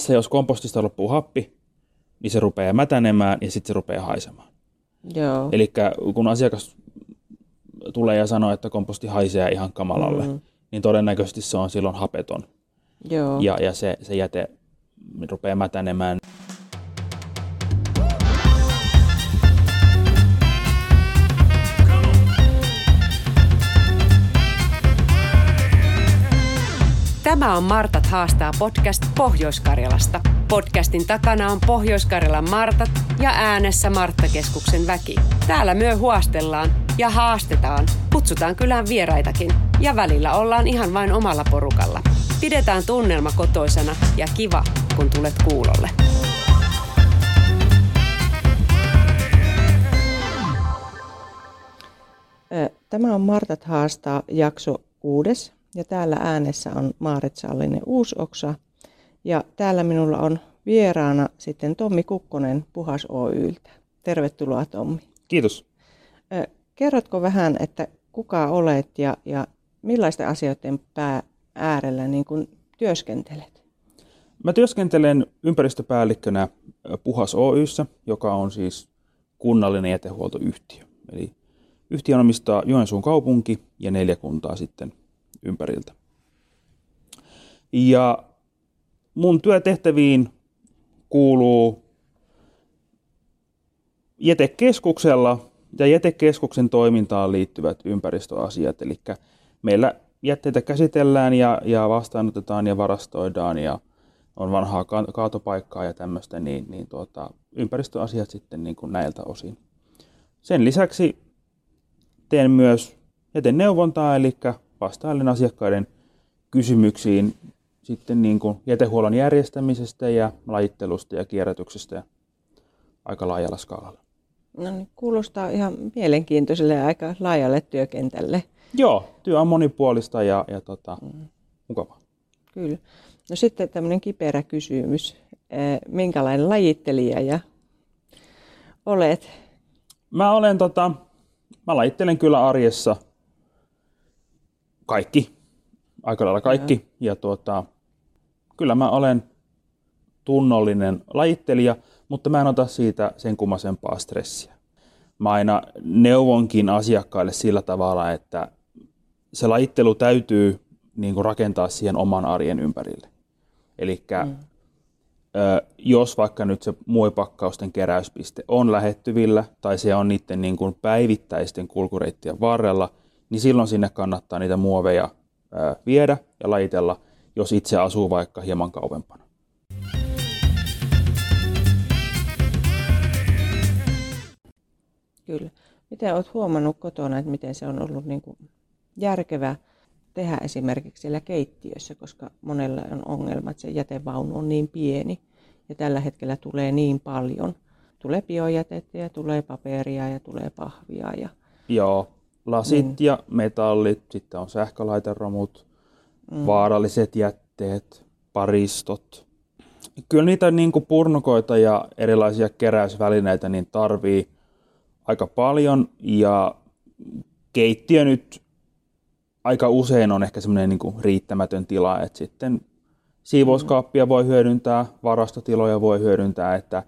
Jos kompostista loppuu happi, niin se rupeaa mätänemään ja sitten se rupeaa haisemaan. Eli kun asiakas tulee ja sanoo, että komposti haisee ihan kamalalle, niin todennäköisesti se on silloin hapeton. Ja se jäte rupeaa mätänemään. Tämä on Martat haastaa podcast Pohjois-Karjalasta. Podcastin takana on Pohjois-Karjalan Martat ja äänessä Marttakeskuksen väki. Täällä myö huostellaan ja haastetaan. Kutsutaan kylään vieraitakin ja välillä ollaan ihan vain omalla porukalla. Pidetään tunnelma kotoisana ja kiva, kun tulet kuulolle. Tämä on Martat haastaa jakso 6. Ja täällä äänessä on Maaret Sallinen Uusoksa. Ja täällä minulla on vieraana sitten Tommi Kukkonen Puhas Oy:ltä. Tervetuloa, Tommi. Kiitos. Kerrotko vähän, että kuka olet ja millaisten asioiden äärellä niin kun työskentelet? Mä työskentelen ympäristöpäällikkönä Puhas Oy:ssä, joka on siis kunnallinen jätehuoltoyhtiö. Eli yhtiön omistaa Joensuun kaupunki ja 4 kuntaa sitten ympäriltä. Ja mun työtehtäviin kuuluu jätekeskuksella ja jätekeskuksen toimintaan liittyvät ympäristöasiat. Eli meillä jätteitä käsitellään ja vastaanotetaan ja varastoidaan ja on vanhaa kaatopaikkaa ja tämmöistä, niin ympäristöasiat sitten niin kuin näiltä osin. Sen lisäksi teen myös jäteneuvontaa, eli vastailen asiakkaiden kysymyksiin sitten niin kuin jätehuollon järjestämisestä ja lajittelusta ja kierrätyksestä ja aika laajalla skaalalla. No niin, kuulostaa ihan mielenkiintoiselle ja aika laajalle työkentälle. Joo, työ on monipuolista ja mukavaa. Kyllä. No sitten tämmöinen kiperä kysymys. Minkälainen lajittelija olet? Mä lajittelen kyllä arjessa aika lailla kaikki. Ja kyllä mä olen tunnollinen lajittelija, mutta mä en ota siitä sen kummasempaa stressiä. Mä aina neuvonkin asiakkaille sillä tavalla, että se lajittelu täytyy niin kuin rakentaa siihen oman arjen ympärille. Eli jos vaikka nyt se muovipakkausten keräyspiste on lähettyvillä tai se on niiden niin kuin päivittäisten kulkureittien varrella, niin silloin sinne kannattaa niitä muoveja viedä ja lajitella, jos itse asuu vaikka hieman kauempana. Kyllä. Miten olet huomannut kotona, että miten se on ollut niin kuin järkevä tehdä esimerkiksi siellä keittiössä, koska monella on ongelma, että se jätevaunu on niin pieni ja tällä hetkellä tulee niin paljon. Tulee biojätettä ja tulee paperia ja tulee pahvia. Joo. Lasit ja metallit, sitten on sähkölaiteromut, vaaralliset jätteet, paristot. Kyllä niitä niin kuin purnukoita ja erilaisia keräysvälineitä niin tarvii aika paljon ja keittiö nyt aika usein on ehkä semmoinen niin kuin riittämätön tila, että sitten siivouskaappia voi hyödyntää, varastotiloja voi hyödyntää, että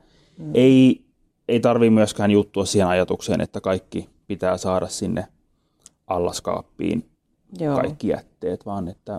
ei tarvitse myöskään juttua siihen ajatukseen, että kaikki pitää saada sinne allaskaappiin kaikki jätteet, vaan että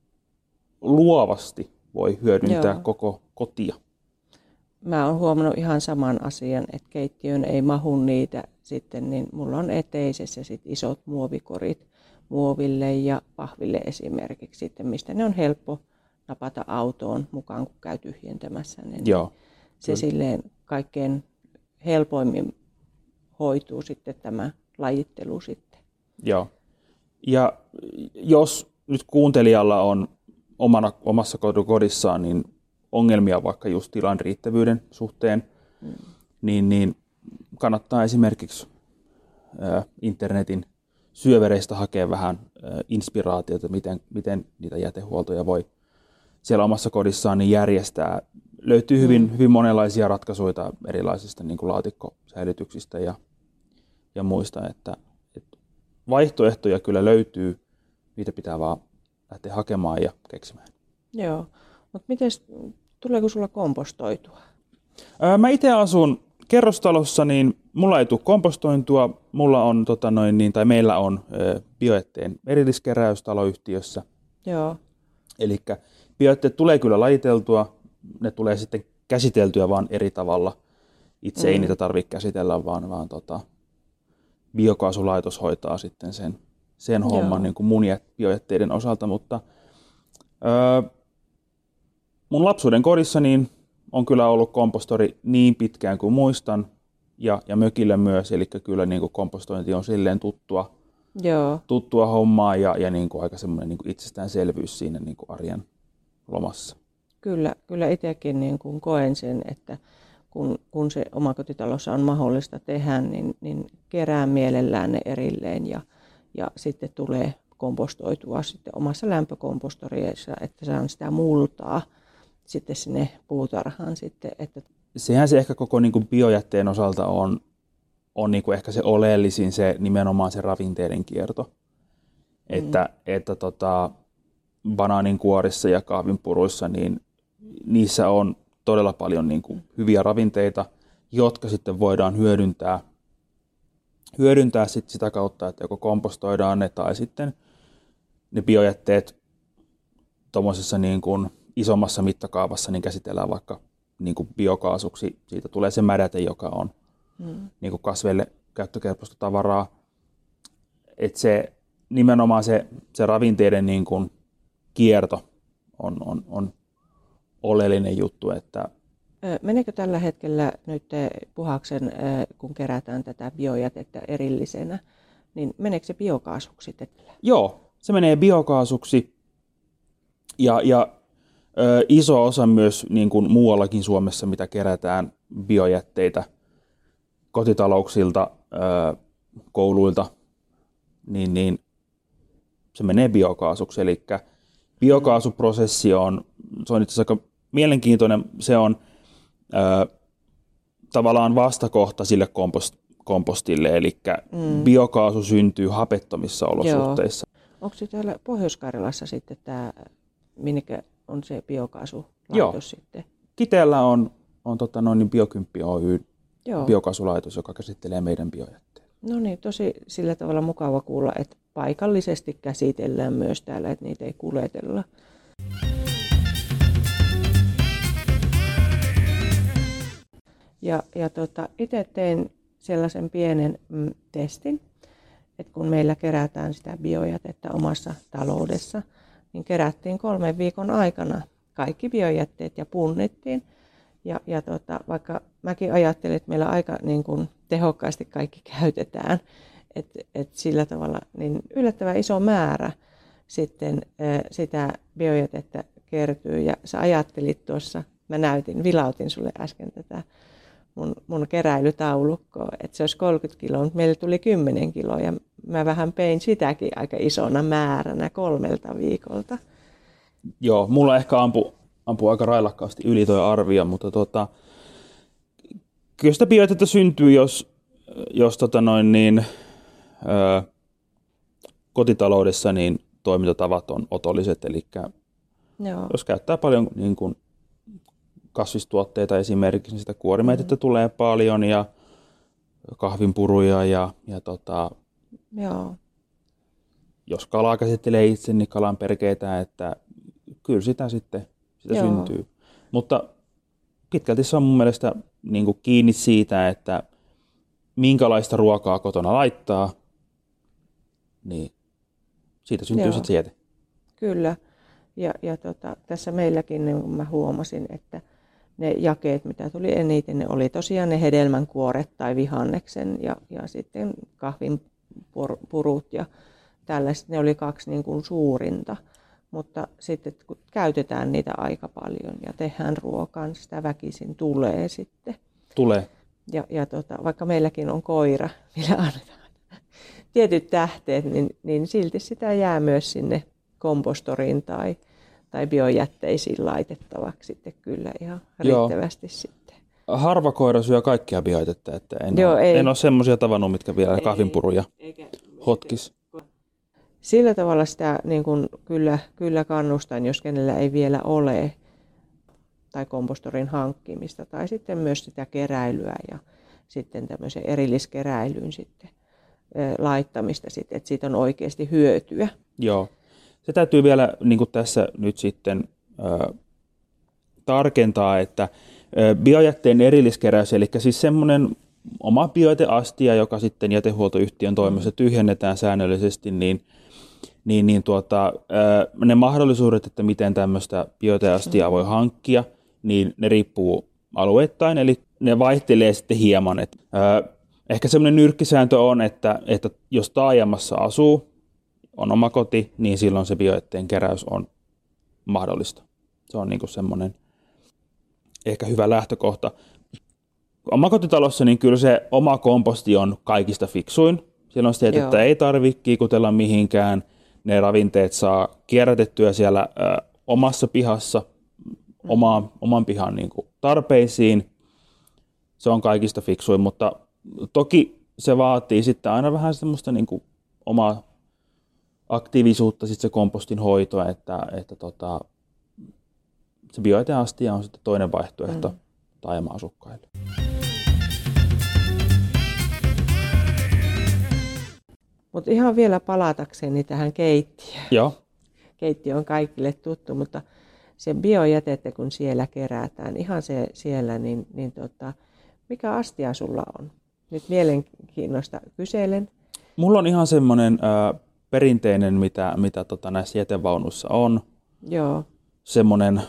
luovasti voi hyödyntää koko kotia. Mä oon huomannut ihan saman asian, että keittiöön ei mahu niitä sitten, niin mulla on eteisessä sit isot muovikorit muoville ja pahville esimerkiksi sitten, mistä ne on helppo napata autoon mukaan, kun käy tyhjentämässä ne. Se silleen kaikkein helpoimmin hoituu sitten tämä lajittelu sitten. Joo. Ja jos nyt kuuntelijalla on omassa kodissaan niin ongelmia vaikka just tilan riittävyyden suhteen, niin kannattaa esimerkiksi internetin syövereistä hakea vähän inspiraatiota, miten niitä jätehuoltoja voi siellä omassa kodissaan niin järjestää. Löytyy hyvin monenlaisia ratkaisuja erilaisista niin kuin laatikkosäilytyksistä ja muista, että vaihtoehtoja kyllä löytyy, niitä pitää vaan lähteä hakemaan ja keksimään. Joo, mutta miten Tuleeko sulla kompostoitua? Mä itse asun kerrostalossa, niin mulla ei tule kompostointua. Mulla on, tai meillä on biojätteen erilliskeräys taloyhtiössä. Joo. Eli biojätteet tulee kyllä lajiteltua, ne tulee sitten käsiteltyä vaan eri tavalla. Itse ei niitä tarvitse käsitellä, vaan biokaasulaitos hoitaa sitten sen homman niin kuin mun biojätteiden osalta. Mutta mun lapsuuden kodissa niin on kyllä ollut kompostori niin pitkään kuin muistan, ja mökillä myös, eli kyllä niin kuin kompostointi on silleen tuttua hommaa ja niin kuin aika semmoinen niin kuin itsestäänselvyys siinä niin kuin arjen lomassa. Kyllä itsekin niin kuin koen sen, että kun se omakotitalossa on mahdollista tehdä, niin kerään mielellään ne erilleen ja sitten tulee kompostoitua sitten omassa lämpökompostorissa, että saan sitä multaa sitten sinne puutarhaan sitten. Että sehän se ehkä koko niin kuin biojätteen osalta on niin kuin ehkä se oleellisin, se nimenomaan se ravinteiden kierto. Että banaaninkuorissa ja kahvinpuruissa, niin niissä on todella paljon niin kuin hyviä ravinteita, jotka sitten voidaan hyödyntää sit sitä kautta, että joko kompostoidaan ne tai sitten ne biojätteet tuommoisessa niin kuin isommassa mittakaavassa niin käsitellään vaikka niin kuin biokaasuksi. Siitä tulee se mädäte, joka on niin kuin kasveille käyttökelpoista tavaraa. Et se, nimenomaan se ravinteiden niin kuin kierto on oleellinen juttu. Että meneekö tällä hetkellä nyt Puhaksen, kun kerätään tätä biojätettä erillisenä, niin meneekö se biokaasuksi? Joo, se menee biokaasuksi ja iso osa myös niin kuin muuallakin Suomessa, mitä kerätään biojätteitä kotitalouksilta, kouluilta, niin se menee biokaasuksi. Eli biokaasuprosessi se on itse asiassa aika mielenkiintoinen. Se on tavallaan vastakohta sille kompostille, eli biokaasu syntyy hapettomissa olosuhteissa. Onko se täällä Pohjois-Karjalassa sitten tämä, minkä on se biokaasulaitos? Joo. Sitten? Kiteellä on Biokymppi Oy biokaasulaitos, joka käsittelee meidän biojätteitä. No niin, tosi sillä tavalla mukava kuulla, että paikallisesti käsitellään myös täällä, että niitä ei kuljetella. Ja itse tein sellaisen pienen testin, että kun meillä kerätään sitä biojätettä omassa taloudessa, niin kerättiin 3 viikon aikana kaikki biojätteet ja punnittiin. Ja vaikka mäkin ajattelin, että meillä aika niin kuin tehokkaasti kaikki käytetään, että sillä tavalla niin yllättävän iso määrä sitten sitä biojätettä kertyy. Ja sä ajattelit tuossa, vilautin sulle äsken tätä mun keräilytaulukkoa, että se olisi 30 kiloa, mutta meille tuli 10 kiloa ja mä vähän pein sitäkin aika isona määränä 3 viikolta. Joo, mulla ehkä ampuu aika railakkaasti yli toi arvio, mutta kyllä sitä biojätettä syntyy, jos kotitaloudessa niin toimintatavat on otolliset, eli jos käyttää paljon niin kuin kasvistuotteita esimerkiksi, niin sitä kuorimaitettä tulee paljon ja kahvinpuruja ja jos kalaa käsittelee itse, niin kalan perkeitä, että kyllä sitä syntyy. Mutta pitkälti se on mun mielestä niin kuin kiinni siitä, että minkälaista ruokaa kotona laittaa, niin siitä syntyy sitten se jäte. Kyllä. Ja tässä meilläkin niin mä huomasin, että ne jakeet, mitä tuli eniten, ne oli tosiaan ne hedelmänkuoret tai vihanneksen ja sitten kahvinpurut ja tällaiset. Ne oli 2 niin kuin suurinta. Mutta sitten kun käytetään niitä aika paljon ja tehdään ruokaa, niin sitä väkisin tulee sitten. Tulee. Ja vaikka meilläkin on koira, millä annetaan tietyt tähteet, niin silti sitä jää myös sinne kompostoriin tai biojätteisiin laitettavaksi sitten kyllä ihan riittävästi sitten. Harva koira syö kaikkia biojätettä, että en ole semmoisia tavannut, mitkä vielä kahvinpuruja hotkis. Sillä tavalla sitä niin kuin kyllä kannustan, jos kenellä ei vielä ole. tai kompostorin hankkimista tai sitten myös sitä keräilyä ja sitten tämmöisen erilliskeräilyyn sitten laittamista, sitten, että siitä on oikeasti hyötyä. Joo. Se täytyy vielä niin kuin tässä nyt sitten tarkentaa, että biojätteen erilliskeräys, eli siis semmoinen oma biojäteastia, joka sitten jätehuoltoyhtiön toimesta tyhjennetään säännöllisesti, ne mahdollisuudet, että miten tämmöistä biojäteastiaa voi hankkia, niin ne riippuu alueittain, eli ne vaihtelee sitten hieman. Ehkä semmoinen nyrkkisääntö on, että jos taajamassa asuu, on oma koti, niin silloin se biojätteen keräys on mahdollista. Se on niin kuin semmoinen ehkä hyvä lähtökohta. Omakotitalossa niin kyllä se oma komposti on kaikista fiksuin. Silloin se, että ei tarvitse kiikutella mihinkään. Ne ravinteet saa kierrätettyä siellä omassa pihassa, oman pihan niin kuin tarpeisiin. Se on kaikista fiksuin, mutta toki se vaatii sitten aina vähän semmoista niin kuin omaa aktiivisuutta, sitten se kompostin hoito, että se biojäteastia on sitten toinen vaihtoehto taajama-asukkaille. Mutta ihan vielä palatakseni tähän keittiöön. Joo. Keittiö on kaikille tuttu, mutta se biojätettä kun siellä kerätään, ihan se siellä, niin mikä astia sulla on? Nyt mielenkiinnosta kyselen. Mulla on ihan semmoinen perinteinen, mitä näissä jätevaunuissa on. Joo. Semmoinen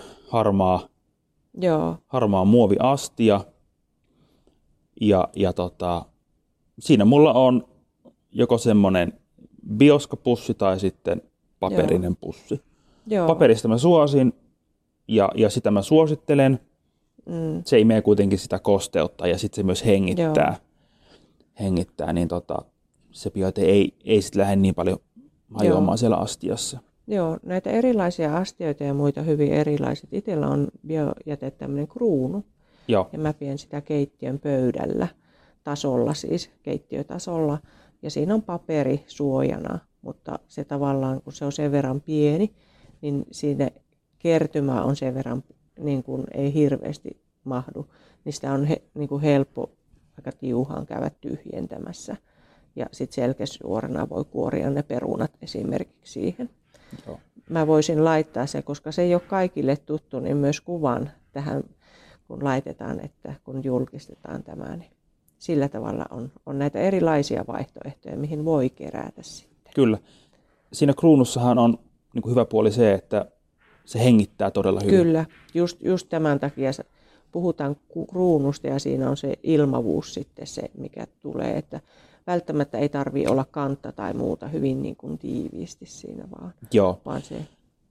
harmaa muoviastia. Ja siinä mulla on joko semmoinen bioskapussi tai sitten paperinen pussi. Joo. Paperista mä suosin ja sitä mä suosittelen. Se imee kuitenkin sitä kosteutta ja sitten se myös hengittää, niin se biojäte ei sitten lähde niin paljon hajoamaan siellä astiassa. Joo, näitä erilaisia astioita ja muita hyvin erilaiset. Itsellä on biojäte tämmöinen kruunu. Joo. Ja mä pidän sitä keittiön pöydällä tasolla, siis keittiötasolla. Ja siinä on paperi suojana, mutta se tavallaan, kun se on sen verran pieni, niin siinä kertymä on sen verran, niin kuin ei hirveästi mahdu. Niin sitä on niin kuin helppo aika tiuhaan käydä tyhjentämässä. Ja sitten selkäsuorana voi kuoria ne perunat esimerkiksi siihen. Joo. Mä voisin laittaa se, koska se ei ole kaikille tuttu, niin myös kuvan tähän, kun laitetaan, että kun julkistetaan tämä, niin sillä tavalla on näitä erilaisia vaihtoehtoja, mihin voi kerätä sitten. Kyllä. Siinä kruunussahan on niin kuin hyvä puoli se, että se hengittää todella hyvin. Kyllä. Just tämän takia puhutaan kruunusta ja siinä on se ilmavuus sitten se, mikä tulee, että välttämättä ei tarvitse olla kantta tai muuta hyvin niin kuin tiiviisti siinä vaan. Joo. Vaan se.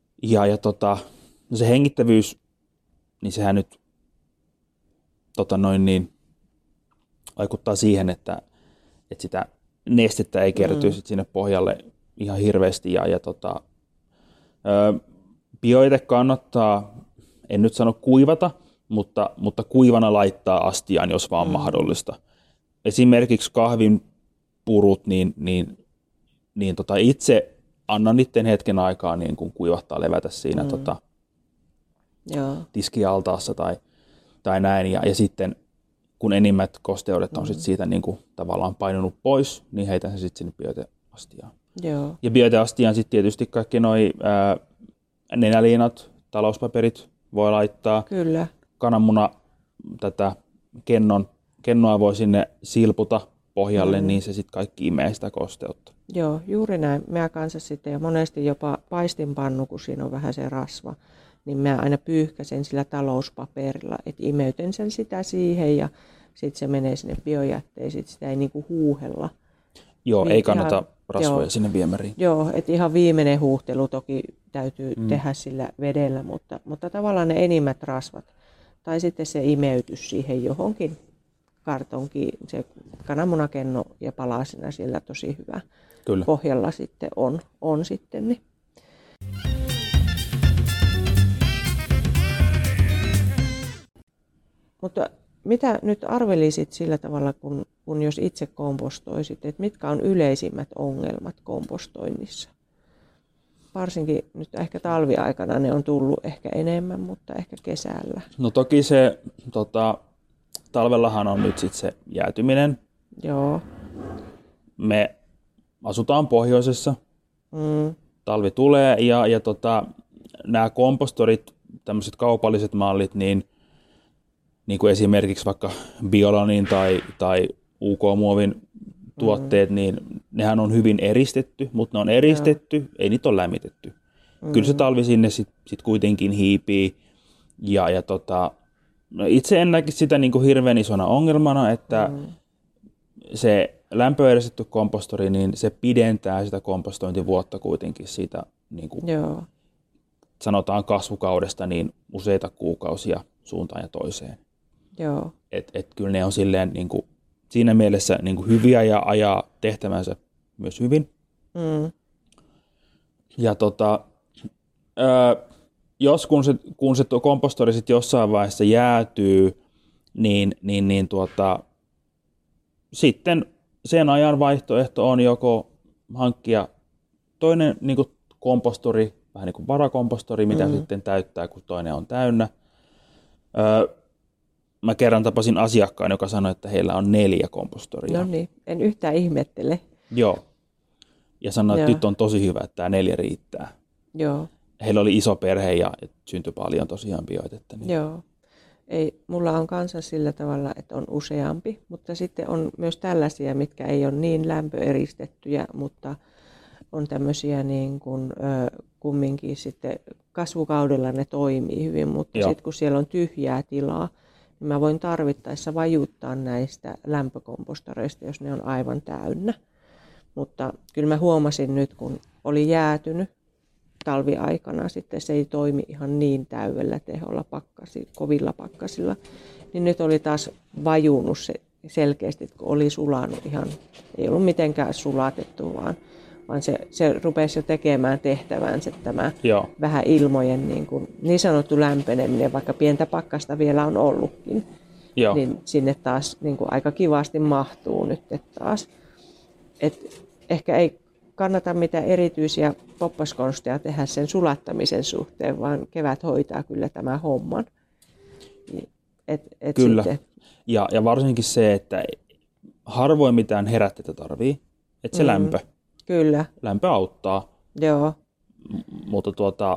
No se hengittävyys, niin sehän nyt vaikuttaa siihen, että sitä nestettä ei kertyy sit sinne pohjalle ihan hirveästi. Biojäte kannattaa, en nyt sano kuivata, mutta kuivana laittaa astiaan, jos vaan mahdollista. Esimerkiksi kahvin purut, niin itse annan niiden hetken aikaa niin kun kuivahtaa levätä siinä tiskialtaassa tai näin. Ja sitten kun enimmät kosteudet on sit siitä niin kuin tavallaan painunut pois, niin heitän se sitten sinne biojäteastiaan. Joo. Ja biojäteastiaan sitten tietysti kaikki noi nenäliinat, talouspaperit voi laittaa. Kyllä. Kananmuna, tätä kennoa voi sinne silputa pohjalle, niin se sitten kaikki imee sitä kosteutta. Joo, juuri näin. Mä kanssa sitten, ja monesti jopa paistinpannu, kun siinä on vähän se rasva, niin mä aina pyyhkäsen sillä talouspaperilla, että imeytän sen sitä siihen ja sitten se menee sinne biojätteisiin, sitä ei niinku huuhella. Joo, ei kannata rasvoja sinne viemäriin. Joo, että ihan viimeinen huuhtelu toki täytyy tehdä sillä vedellä, mutta tavallaan ne enimmät rasvat. Tai sitten se imeytys siihen johonkin kartonkiin, se kananmunakenno ja palasina siellä tosi hyvä. Kyllä. Pohjalla sitten on sitten. Niin. Mutta mitä nyt arvelisit sillä tavalla, kun jos itse kompostoisit, että mitkä on yleisimmät ongelmat kompostoinnissa? varsinkin nyt ehkä talviaikana ne on tullut ehkä enemmän, mutta ehkä kesällä. No toki se, talvellahan on nyt sitten se jäätyminen. Joo. Me asutaan pohjoisessa, talvi tulee ja nämä kompostorit, tämmöiset kaupalliset mallit, niin kuin esimerkiksi vaikka Biolanin tai UK-muovin tuotteet, niin nehän on hyvin eristetty, mutta ne on eristetty, ei niitä ole lämmitetty. Kyllä se talvi sinne sit kuitenkin hiipii. No itse en näkisi sitä niin kuin hirveän isona ongelmana, että se lämpöeristetty kompostori, niin se pidentää sitä kompostointivuotta kuitenkin siitä, niin kuin sanotaan kasvukaudesta, niin useita kuukausia suuntaan ja toiseen. Joo. Et kyllä ne on silleen niin kuin, siinä mielessä niin kuin hyviä ja ajaa tehtävänsä myös hyvin. Ja jos kun se kompostori sitten jossain vaiheessa jäätyy, niin sitten sen ajan vaihtoehto on joko hankkia toinen niin kuin kompostori, vähän niin kuin varakompostori, mitä sitten täyttää, kun toinen on täynnä. Mä kerran tapasin asiakkaan, joka sanoi, että heillä on 4 kompostoria. No niin, en yhtään ihmettele. Joo. Ja sanoi, että nyt on tosi hyvä, että tämä 4 riittää. Joo. Heillä oli iso perhe ja syntyi paljon tosiaan bioitetta. Niin. Joo. Mulla on kanssa sillä tavalla, että on useampi, mutta sitten on myös tällaisia, mitkä ei ole niin lämpöeristettyjä, mutta on tämmöisiä niin kuin, kumminkin sitten kasvukaudella ne toimii hyvin, mutta sitten kun siellä on tyhjää tilaa, niin mä voin tarvittaessa vajuttaa näistä lämpökompostoreista, jos ne on aivan täynnä. Mutta kyllä mä huomasin nyt, kun oli jäätynyt talviaikana, sitten se ei toimi ihan niin täydellä teholla kovilla pakkasilla, niin nyt oli taas vajunut se selkeästi, kun oli sulanut ihan, ei ollut mitenkään sulatettu, vaan se rupesi jo tekemään tehtävänsä tämä vähän ilmojen niin sanottu lämpeneminen, vaikka pientä pakkasta vielä on ollutkin. Niin sinne taas niin kuin aika kivasti mahtuu nyt taas. Et ehkä ei kannata mitään erityisiä poppaskonsteja tehdä sen sulattamisen suhteen, vaan kevät hoitaa kyllä tämän homman. Kyllä. Sitten... Ja varsinkin se, että harvoin mitään herätteitä tarvii, että se lämpö. Kyllä. Lämpö auttaa. Joo. Mutta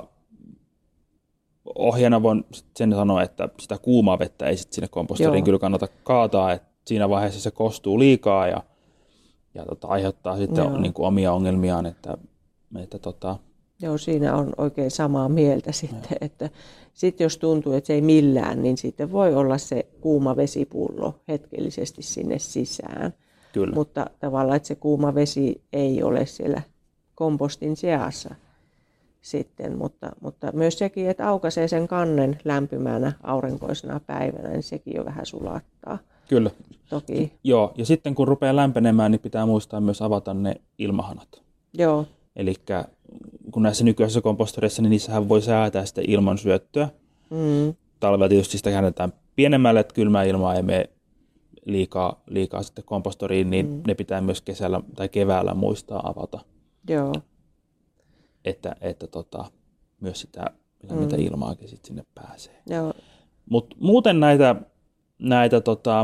ohjeena voin sen sanoa, että sitä kuumaa vettä ei sitten sinne kompostoriin kyllä kannata kaataa, että siinä vaiheessa se kostuu liikaa ja aiheuttaa sitten niin kuin omia ongelmiaan, että Joo, siinä on oikein samaa mieltä sitten, että sitten jos tuntuu, että se ei millään, niin sitten voi olla se kuuma vesipullo hetkellisesti sinne sisään. Kyllä. Mutta tavallaan, että se kuuma vesi ei ole siellä kompostin seassa sitten, mutta myös sekin, että aukaisee sen kannen lämpimänä aurinkoisena päivänä, niin sekin jo vähän sulattaa. Kyllä. Toki. Joo, ja sitten kun rupeaa lämpenemään, niin pitää muistaa myös avata ne ilmahanat. Joo. Eli kun näissä nykyisissä kompostoreissa, niin niissähän voi säätää sitä ilmansyöttöä. Talvella tietysti sitä käännetään pienemmälle, että kylmää ilmaa ei mene liikaa sitten kompostoriin, niin ne pitää myös kesällä tai keväällä muistaa avata. Joo. Että myös sitä mitä ilmaakin sitten sinne pääsee. Joo. Mut muuten näitä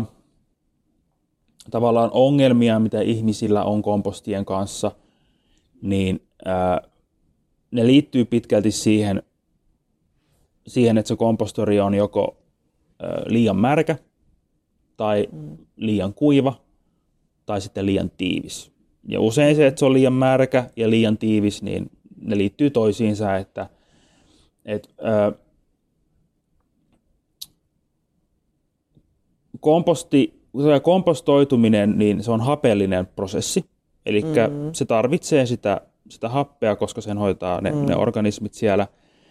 tavallaan ongelmia, mitä ihmisillä on kompostien kanssa, niin ne liittyy pitkälti siihen, että se kompostori on joko liian märkä tai liian kuiva tai sitten liian tiivis. Ja usein se, että se on liian märkä ja liian tiivis, niin ne liittyy toisiinsa, että kompostoituminen, niin se on hapeellinen prosessi. Eli se tarvitsee sitä happea, koska sen hoitaa ne organismit siellä.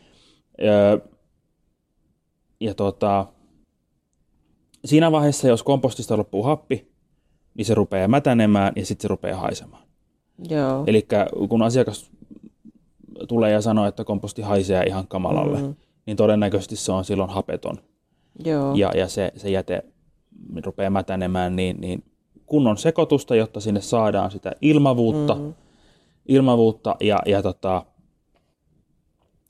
Siinä vaiheessa, jos kompostista loppuu happi, niin se rupeaa mätänemään ja sitten se rupeaa haisemaan. Eli kun asiakas tulee ja sanoo, että komposti haisee ihan kamalalle, niin todennäköisesti se on silloin hapeton. Ja se jäte rupeaa mätänemään, niin kunnon sekoitusta, jotta sinne saadaan sitä ilmavuutta ja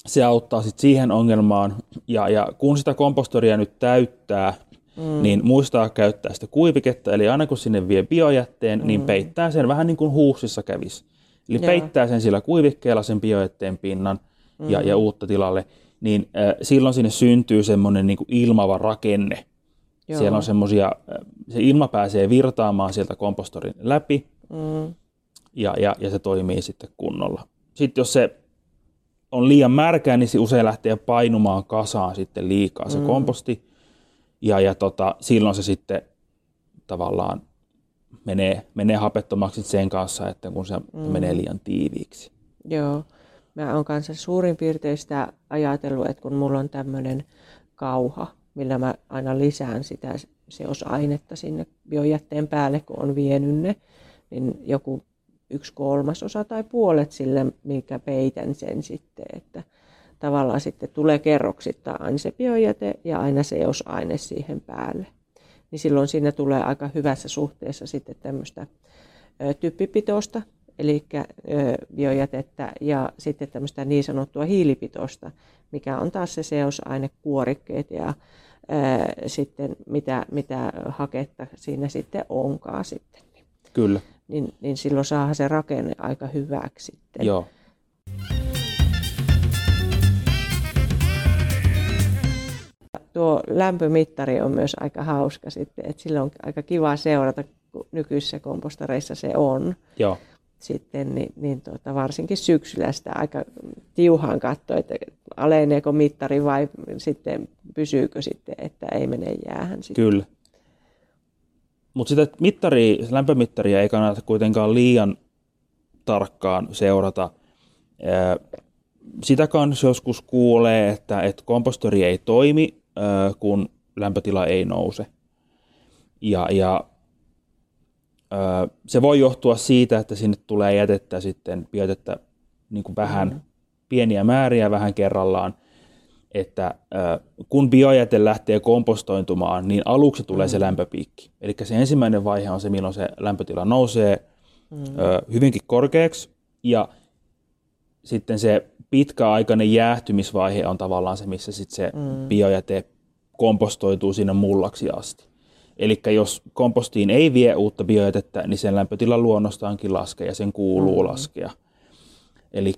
se auttaa sitten siihen ongelmaan. Ja kun sitä kompostoria nyt täyttää, niin muistaa käyttää sitä kuiviketta. Eli aina kun sinne vie biojätteen, niin peittää sen vähän niin kuin huussissa kävisi. Eli peittää sen sillä kuivikkeella sen biojätteen pinnan ja uutta tilalle. Niin silloin sinne syntyy semmoinen niin kuin ilmava rakenne. Joo. Siellä on semmoisia, se ilma pääsee virtaamaan sieltä kompostorin läpi ja se toimii sitten kunnolla. Sitten jos se on liian märkää, niin se usein lähtee painumaan kasaan sitten liikaa se komposti. Ja silloin se sitten tavallaan menee hapettomaksi sen kanssa, että kun se menee liian tiiviiksi. Joo. Mä oon kanssa suurin piirtein sitä ajatellut, että kun mulla on tämmöinen kauha, millä mä aina lisään sitä seosainetta sinne biojätteen päälle, kun on vienyt ne, niin joku 1/3 tai puolet sille, minkä peitän sen sitten, että tavallaan sitten tulee kerroksittain aina se biojäte ja aina seosaine siihen päälle. Niin silloin siinä tulee aika hyvässä suhteessa sitten tämmöistä typpipitoista, eli biojätettä ja sitten tämmöistä niin sanottua hiilipitoista, mikä on taas se seosainekuorikkeet ja sitten mitä haketta siinä sitten onkaan sitten. Kyllä. Niin silloin saadaan se rakenne aika hyväksi sitten. Joo. Tuo lämpömittari on myös aika hauska sitten, että sillä on aika kiva seurata, kun nykyisissä kompostoreissa se on. Joo. Sitten varsinkin syksyllä sitä aika tiuhaan katsoa, että aleneeko mittari vai sitten pysyykö sitten, että ei mene jäähän. Sitten. Kyllä. Mutta sitä lämpömittaria ei kannata kuitenkaan liian tarkkaan seurata. Sitä kanssa joskus kuulee, että kompostori ei toimi, kun lämpötila ei nouse. Ja se voi johtua siitä, että sinne tulee jätettä sitten biojätettä niin kuin vähän pieniä määriä vähän kerrallaan. Että kun biojäte lähtee kompostointumaan, niin aluksi tulee se lämpöpiikki. Eli se ensimmäinen vaihe on se, milloin se lämpötila nousee hyvinkin korkeaksi. Ja sitten se pitkäaikainen jäähtymisvaihe on tavallaan se, missä sitten se biojäte kompostoituu sinne mullaksi asti. Eli jos kompostiin ei vie uutta biojätettä, niin sen lämpötila luonnostaankin laskee ja sen kuuluu laskea. Eli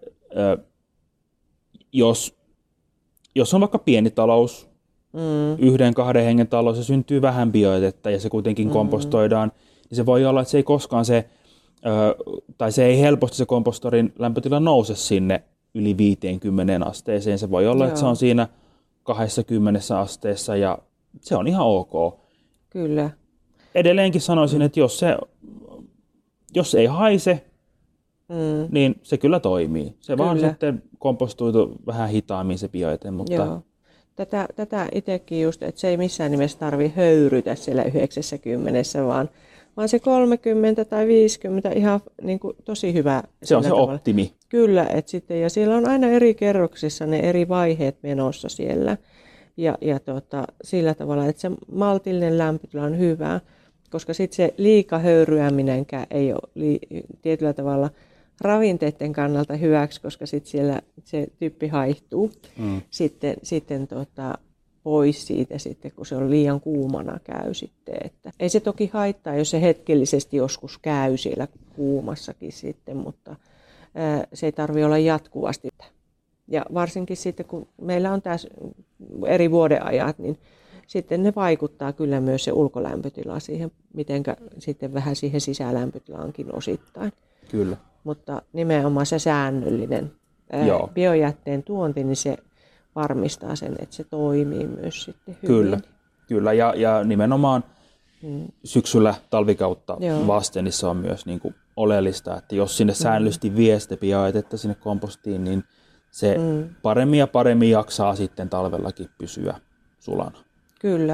jos on vaikka pieni talous, 1-2 hengen talous, se syntyy vähän biojätettä ja se kuitenkin kompostoidaan, niin se voi olla, että se ei koskaan tai se ei helposti se kompostorin lämpötila nouse sinne yli 50 asteeseen. Se voi olla, että se on siinä 20 asteessa ja se on ihan ok. Kyllä. Edelleenkin sanoisin, että jos ei haise, niin se kyllä toimii. Se kyllä. Vaan sitten kompostoitu vähän hitaammin se biojäte. Mutta... Joo. Tätä itsekin just, että se ei missään nimessä tarvitse höyrytä siellä 90, vaan se 30 tai 50 ihan niin kuin tosi hyvä. Se on se tavalla. Optimi. Kyllä, että sitten, ja siellä on aina eri kerroksissa ne eri vaiheet menossa siellä. Ja sillä tavalla, että se maltillinen lämpötila on hyvä, koska sitten se liikahöyryäminenkään ei ole tietyllä tavalla ravinteiden kannalta hyväksi, koska sitten siellä se typpi haihtuu sitten pois siitä, sitten, kun se on liian kuumana käy sitten. Että ei se toki haittaa, jos se hetkellisesti joskus käy siellä kuumassakin sitten, mutta se ei tarvitse olla jatkuvasti. Ja varsinkin sitten, kun meillä on tässä eri vuodenajat, niin sitten ne vaikuttaa kyllä myös se ulkolämpötila siihen, mitenkä sitten vähän siihen sisälämpötilaankin osittain. Kyllä. Mutta nimenomaan se säännöllinen biojätteen tuonti, niin se varmistaa sen, että se toimii myös sitten hyvin. Kyllä. Ja nimenomaan syksyllä talvikautta vasten, niin se on myös niin kuin oleellista, että jos sinne säännöllisesti vie sitä biojätettä sinne kompostiin, niin se paremmin ja paremmin jaksaa sitten talvellakin pysyä sulana. Kyllä.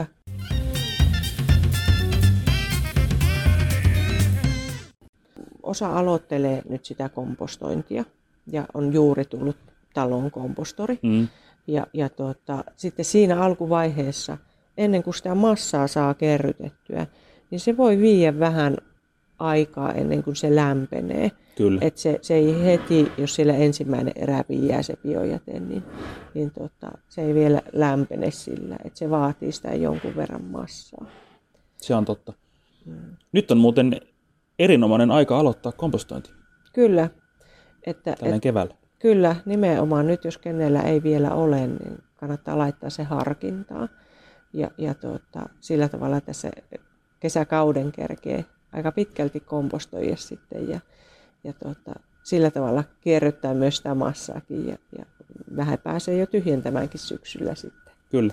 Osa aloittelee nyt sitä kompostointia ja on juuri tullut talon kompostori. Ja sitten siinä alkuvaiheessa, ennen kuin sitä massaa saa kerrytettyä, niin se voi viedä vähän aikaa ennen kuin se lämpenee. Kyllä. Et se ei heti, jos siellä ensimmäinen erä jää se biojäte, niin se ei vielä lämpene sillä. Et se vaatii sitä jonkun verran massaa. Se on totta. Nyt on muuten erinomainen aika aloittaa kompostointi. Kyllä. Tällainen keväällä. Kyllä, nimenomaan nyt jos kenellä ei vielä ole, niin kannattaa laittaa se harkintaan. Ja sillä tavalla tässä kesäkauden kerkee aika pitkälti kompostoida sitten ja sillä tavalla kierryttää myös sitä massaakin ja vähän pääsee jo tyhjentämäänkin syksyllä sitten. Kyllä.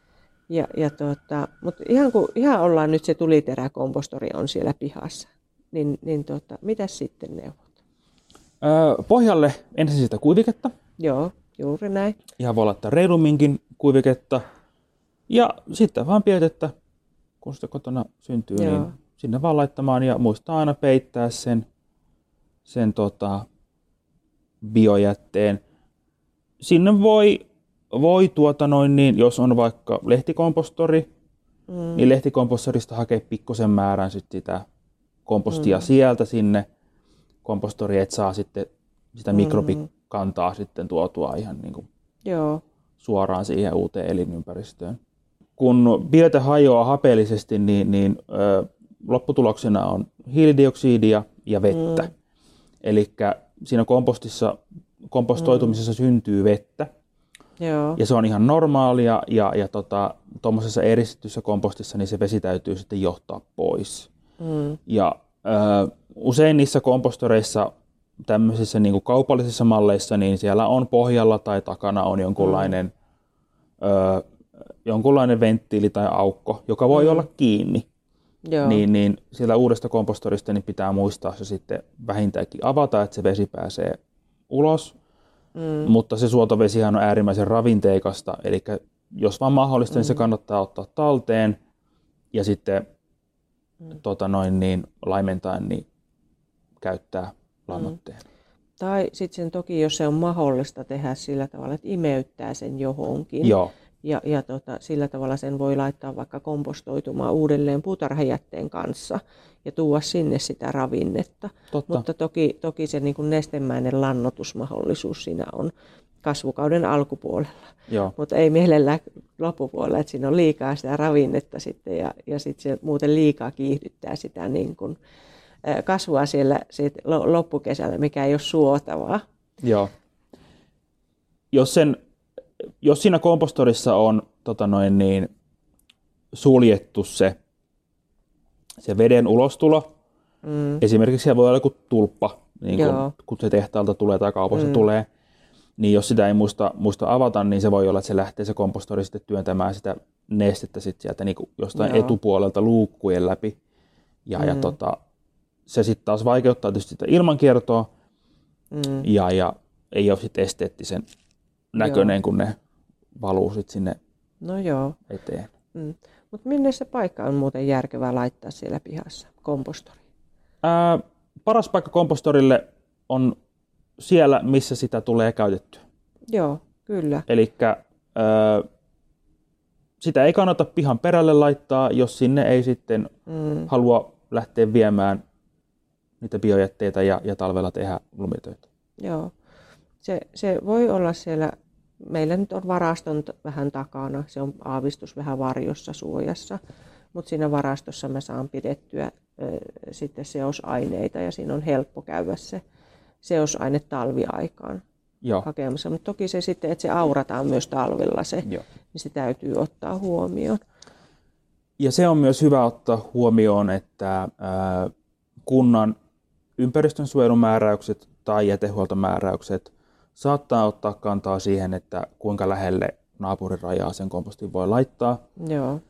Mutta ihan ollaan nyt se tuliteräkompostori on siellä pihassa, niin mitäs sitten neuvot? Pohjalle ensin sitä kuiviketta. Joo, juuri näin. Ihan voi laittaa reilumminkin kuiviketta. Ja sitten vaan pietettä, kun sitä kotona syntyy, niin sinne vaan laittamaan ja muistaa aina peittää sen biojätteen. Sinne voi niin, jos on vaikka lehtikompostori, niin lehtikompostorista hakee pikkusen määrän sitä kompostia sieltä sinne kompostoriin, että saa sitten sitä mikrobikantaa sitten tuotua ihan niin kuin suoraan siihen uuteen elinympäristöön. Kun biojäte hajoaa hapeellisesti, niin lopputuloksena on hiilidioksidia ja vettä. Eli siinä kompostoitumisessa syntyy vettä. Joo. Ja se on ihan normaalia ja tuommoisessa eristetyssä kompostissa niin se vesi täytyy sitten johtaa pois. Ja usein niissä kompostoreissa, tämmöisissä niin kuin kaupallisissa malleissa, niin siellä on pohjalla tai takana on jonkunlainen venttiili tai aukko, joka voi olla kiinni. Niin sieltä uudesta kompostorista niin pitää muistaa se sitten vähintäänkin avata, että se vesi pääsee ulos. Mutta se suotovesihan on äärimmäisen ravinteikasta, eli jos vaan mahdollista, niin se kannattaa ottaa talteen ja sitten laimentaen niin käyttää lannoitteen. Tai sitten toki, jos se on mahdollista tehdä sillä tavalla, että imeyttää sen johonkin. Joo. Ja sillä tavalla sen voi laittaa vaikka kompostoitumaan uudelleen puutarhajätteen kanssa ja tuoda sinne sitä ravinnetta. Totta. Mutta toki se niin kuin nestemäinen lannoitusmahdollisuus siinä on kasvukauden alkupuolella. Mutta ei mielellään loppupuolella, että siinä on liikaa sitä ravinnetta sitten ja sitten se muuten liikaa kiihdyttää sitä niin kuin kasvua siellä loppukesällä, mikä ei ole suotavaa. Joo. Jos siinä kompostorissa on suljettu se veden ulostulo, esimerkiksi siellä voi olla joku tulppa, niin kun se tehtaalta tulee tai kaupasta tulee, niin jos sitä ei muista avata, niin se voi olla, että se lähtee se kompostori sitten työntämään sitä nestettä sit sieltä niin kuin jostain etupuolelta luukkujen läpi. Ja se sitten taas vaikeuttaa tietysti sitä ilmankiertoa ja ei ole sitten esteettisen näköinen, kun ne valuu sitten sinne eteen. Mutta minne se paikka on muuten järkevää laittaa siellä pihassa, kompostori? Paras paikka kompostorille on siellä, missä sitä tulee käytettyä. Joo, kyllä. Elikkä sitä ei kannata pihan perälle laittaa, jos sinne ei sitten halua lähteä viemään niitä biojätteitä ja talvella tehdä lumitöitä. Joo. Se voi olla siellä, meillä nyt on varaston vähän takana, se on aavistus vähän varjossa suojassa, mutta siinä varastossa mä saan pidettyä sitten seosaineita ja siinä on helppo käydä se seosaine talviaikaan hakemassa. Mutta toki se sitten, että se aurataan myös talvella niin se täytyy ottaa huomioon. Ja se on myös hyvä ottaa huomioon, että kunnan ympäristönsuojelumääräykset tai jätehuoltomääräykset saattaa ottaa kantaa siihen, että kuinka lähelle naapurin rajaa sen kompostin voi laittaa. Joo.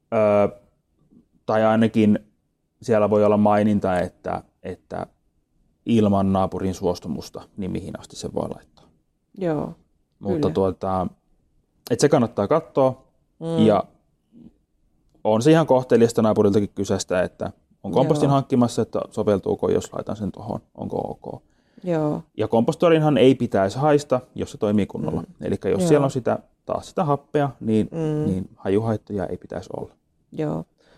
Tai ainakin siellä voi olla maininta, että ilman naapurin suostumusta, niin mihin asti se voi laittaa. Joo, mutta että se kannattaa katsoa ja on se ihan kohteliasta naapuriltakin kyseistä, että on kompostin hankkimassa, että soveltuuko, jos laitan sen tuohon, onko ok. Joo. Ja kompostorinhan ei pitäisi haista, jos se toimii kunnolla. Eli jos siellä on sitä happea, niin hajuhaittoja ei pitäisi olla. Joo.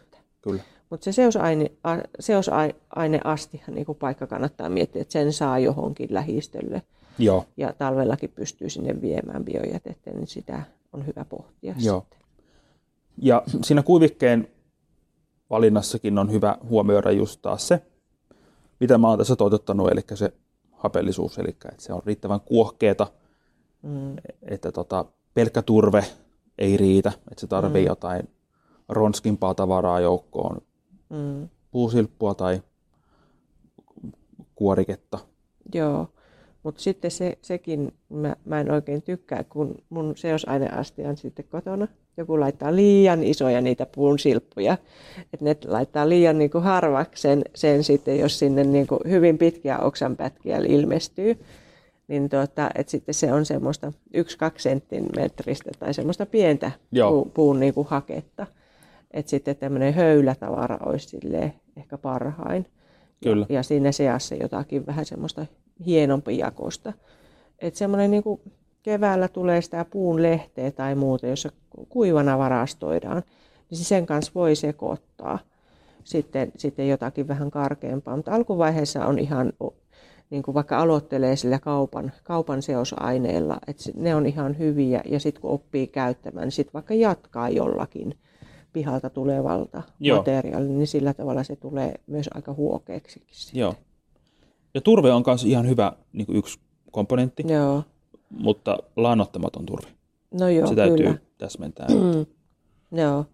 Kyllä. Mutta se seosaineastihan niin paikka kannattaa miettiä, että sen saa johonkin lähistölle. Joo. Ja talvellakin pystyy sinne viemään biojätettä, niin sitä on hyvä pohtia Joo. sitten. Ja siinä kuivikkeen valinnassakin on hyvä huomioida just taas se, mitä mä oon tässä toitottanut, eli se hapellisuus, eli että se on riittävän kuohkeeta, että pelkkä turve ei riitä, että se tarvii jotain ronskimpaa tavaraa joukkoon, puusilppua tai kuoriketta. Joo, mutta sitten sekin mä en oikein tykkää, kun mun seosaineasti on sitten kotona. Joku laittaa liian isoja niitä puun silppuja, että ne laittaa liian niin kuin harvaksi sen sitten, jos sinne niin kuin hyvin pitkiä oksanpätkiä ilmestyy. Niin että sitten se on semmoista 1-2 senttimetristä tai semmoista pientä puun niin kuin haketta. Että sitten tämmöinen höylätavara olisi silleen ehkä parhain. Kyllä. Ja siinä seassa jotakin vähän semmoista hienompi jakosta. Että semmoinen niin kuin keväällä tulee sitä puun lehteä tai muuta, jossa kuivana varastoidaan, niin sen kanssa voi sekoittaa sitten jotakin vähän karkeampaa. Mutta alkuvaiheessa on ihan, niin kuin vaikka aloittelee sillä kaupan seosaineella, että ne on ihan hyviä ja sitten kun oppii käyttämään, niin sitten vaikka jatkaa jollakin pihalta tulevalta materiaalilla, niin sillä tavalla se tulee myös aika huokeaksikin. Joo. Ja turve on myös ihan hyvä niin kuin yksi komponentti, Joo. mutta lannoittamaton turve. No joo, se täytyy kyllä täsmentää. Joo.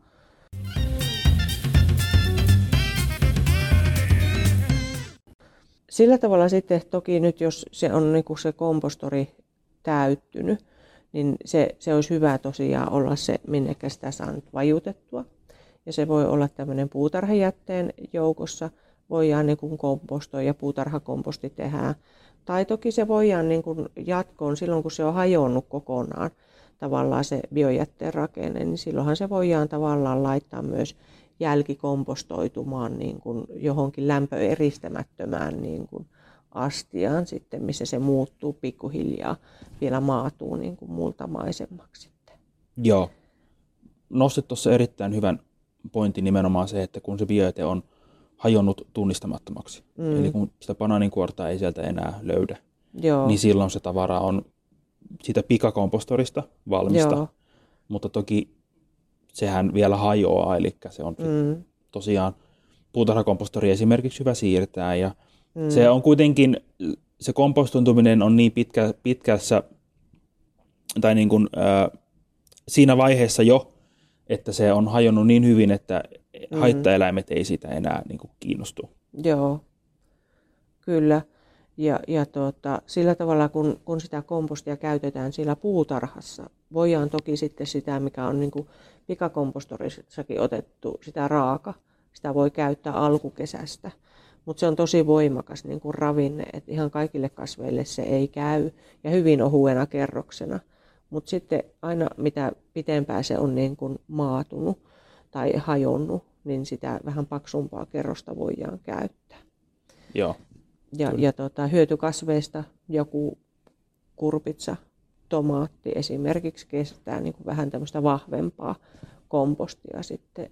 Sillä tavalla sitten toki nyt, jos se on niin kuin se kompostori täyttynyt, niin se olisi hyvä tosiaan olla se, minnekä sitä saa nyt vajutettua. Ja se voi olla tämmöinen puutarhajätteen joukossa, voidaan niin kuin kompostoida ja puutarhakomposti tehdään. Tai toki se voidaan niin kuin jatkoon silloin, kun se on hajonnut kokonaan tavallaan se biojätteen rakenne, niin silloinhan se voidaan tavallaan laittaa myös jälkikompostoitumaan niin kuin johonkin lämpöeristämättömään niin kuin astiaan sitten, missä se muuttuu pikkuhiljaa, vielä maatuu niin kuin multamaisemmaksi sitten. Joo. Nostit tuossa erittäin hyvän pointin nimenomaan se, että kun se biojäte on hajonnut tunnistamattomaksi, eli kun sitä banaaninkuorta ei sieltä enää löydä, niin silloin se tavara on siitä pikakompostorista valmista, mutta toki sehän vielä hajoaa, eli se on tosiaan puutarhakompostori esimerkiksi hyvä siirtää, ja se on kuitenkin, se kompostointuminen on niin pitkässä, tai niin kuin, siinä vaiheessa jo, että se on hajonnut niin hyvin, että haittaeläimet ei siitä enää niin kuin kiinnostu. Joo, kyllä. Ja sillä tavalla, kun sitä kompostia käytetään siellä puutarhassa, voidaan toki sitten sitä, mikä on niin kuin pikakompostorissakin otettu, sitä raaka, sitä voi käyttää alkukesästä. Mutta se on tosi voimakas niin kuin ravinne, että ihan kaikille kasveille se ei käy ja hyvin ohuena kerroksena. Mutta sitten aina mitä pitempään se on niin kuin maatunut tai hajonnut, niin sitä vähän paksumpaa kerrosta voidaan käyttää. Joo. Ja hyötykasveista joku kurpitsa, tomaatti esimerkiksi kestää niin kuin vähän tämmöistä vahvempaa kompostia sitten,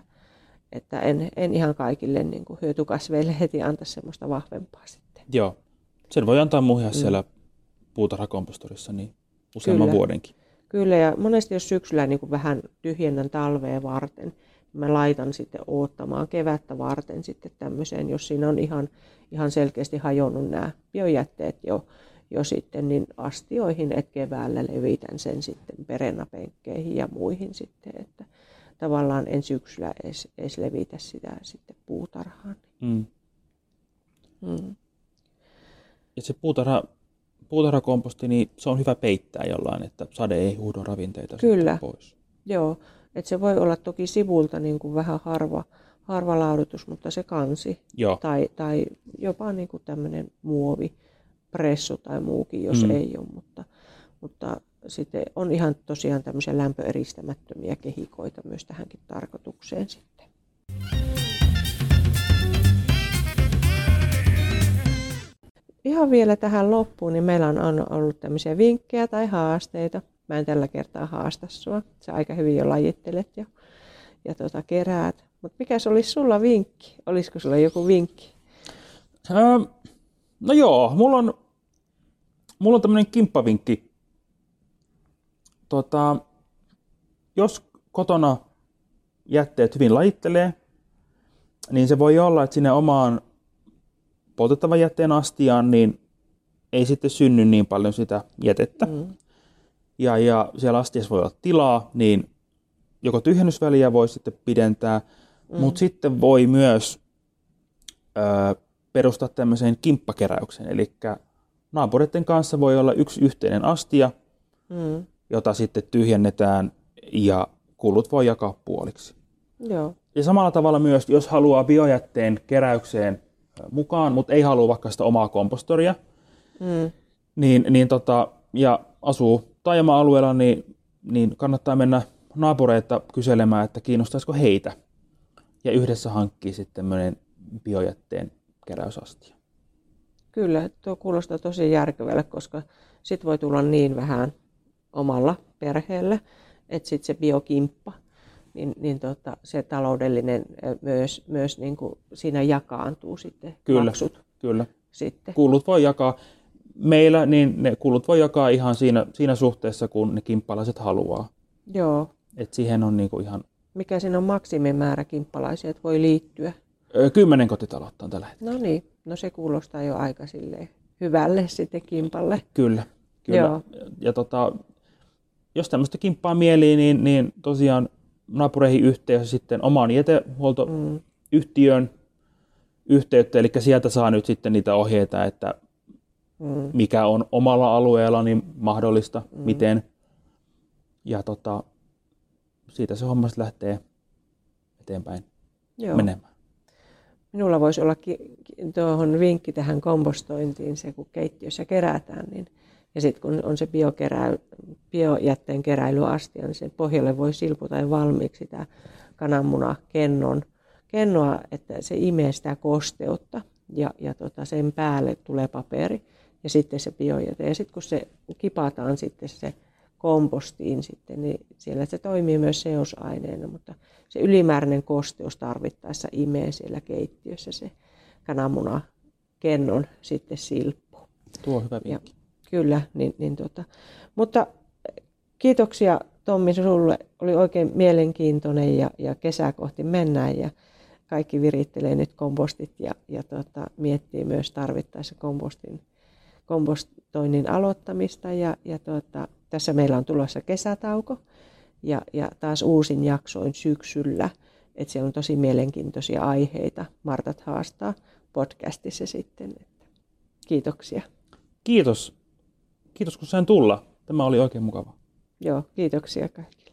että en ihan kaikille niin kuin hyötykasveille heti anta semmoista vahvempaa sitten. Joo, sen voi antaa muhia siellä puutarhakompostorissa niin useamman vuodenkin. Kyllä, ja monesti jos syksyllä niin kuin vähän tyhjennän talvea varten, mä laitan sitten odottamaan kevättä varten sitten tämmöiseen, jos siinä on ihan selkeästi hajonnut nämä biojätteet jo sitten, niin astioihin, että keväällä levitän sen sitten perennapenkkeihin ja muihin sitten, että tavallaan en syksyllä edes levitä sitä sitten puutarhaan. Ja se puutarhakomposti, niin se on hyvä peittää jollain, että sade ei huudo ravinteita Kyllä. pois. Joo, että se voi olla toki sivulta niin kuin vähän harva laudutus, mutta se kansi. Tai jopa niin kuin tämmöinen muovipressu tai muukin, jos ei ole, mutta sitten on ihan tosiaan tämmöisiä lämpöeristämättömiä kehikoita myös tähänkin tarkoitukseen sitten. Ihan vielä tähän loppuun, niin meillä on ollut tämmöisiä vinkkejä tai haasteita. Mä en tällä kertaa haasta sua. Sä aika hyvin jo lajittelet ja keräät. Mutta mikäs olisi sulla vinkki? Olisiko sulla joku vinkki? No joo, mulla on tämmöinen kimppavinkki. Jos kotona jätteet hyvin lajittelee, niin se voi olla, että sinne omaan poltettavan jätteen astiaan niin ei sitten synny niin paljon sitä jätettä. Ja siellä astiassa voi olla tilaa, niin joko tyhjennysväliä voi sitten pidentää, mutta sitten voi myös perustaa tämmöiseen kimppakeräykseen. Eli naapureiden kanssa voi olla yksi yhteinen astia, jota sitten tyhjennetään ja kulut voi jakaa puoliksi. Joo. Ja samalla tavalla myös, jos haluaa biojätteen keräykseen mukaan, mutta ei halua vaikka sitä omaa kompostoria, ja asuu taajama-alueella, niin kannattaa mennä naapureita kyselemään, että kiinnostaisiko heitä. Ja yhdessä hankkii sitten tämmöinen biojätteen keräysastia. Kyllä, tuo kuulostaa tosi järkevälle, koska sit voi tulla niin vähän omalla perheellä, että sitten se biokimppa, se taloudellinen myös niin kuin siinä jakaantuu sitten maksut. Kyllä. Sitten. Kulut voi jakaa. Meillä niin ne kulut voi jakaa ihan siinä suhteessa, kun ne kimppalaiset haluaa. Joo. Et siihen on niinku ihan... Mikä siinä on maksimimäärä kimppalaisia, että voi liittyä? 10 kotitaloutta on tällä hetkellä. No niin, no se kuulostaa jo aika silleen hyvälle sitten kimpalle. Kyllä. Joo. Ja jos tämmöistä kimppaa mielii, niin tosiaan naapureihin yhteydessä sitten omaan jätehuoltoyhtiöön yhteyttä, eli sieltä saa nyt sitten niitä ohjeita, että mikä on omalla alueella niin mahdollista, miten. Ja siitä se homma lähtee eteenpäin menemään. Minulla voisi olla tuohon vinkki tähän kompostointiin, se kun keittiössä kerätään, niin, ja sitten kun on se biojätteen keräilyastia, niin sen pohjalle voi silputa valmiiksi sitä kananmunakennoa, että se imee sitä kosteutta, ja sen päälle tulee paperi, ja sitten se biojäte. Ja sitten kun se kipataan sitten se kompostiin sitten, niin siellä se toimii myös seosaineena, mutta se ylimääräinen kosteus tarvittaessa imee siellä keittiössä se kananmunakennon sitten silppuu. Tuo on hyvä vinkki. Kyllä, mutta kiitoksia Tommi sulle, oli oikein mielenkiintoinen ja kesää kohti mennään ja kaikki virittelee nyt kompostit ja miettii myös tarvittaessa kompostoinnin aloittamista ja tässä meillä on tulossa kesätauko ja taas uusin jaksoin syksyllä, että siellä on tosi mielenkiintoisia aiheita. Martat haastaa podcastissa sitten. Kiitoksia. Kiitos kun sain tulla. Tämä oli oikein mukava. Joo, kiitoksia kaikille.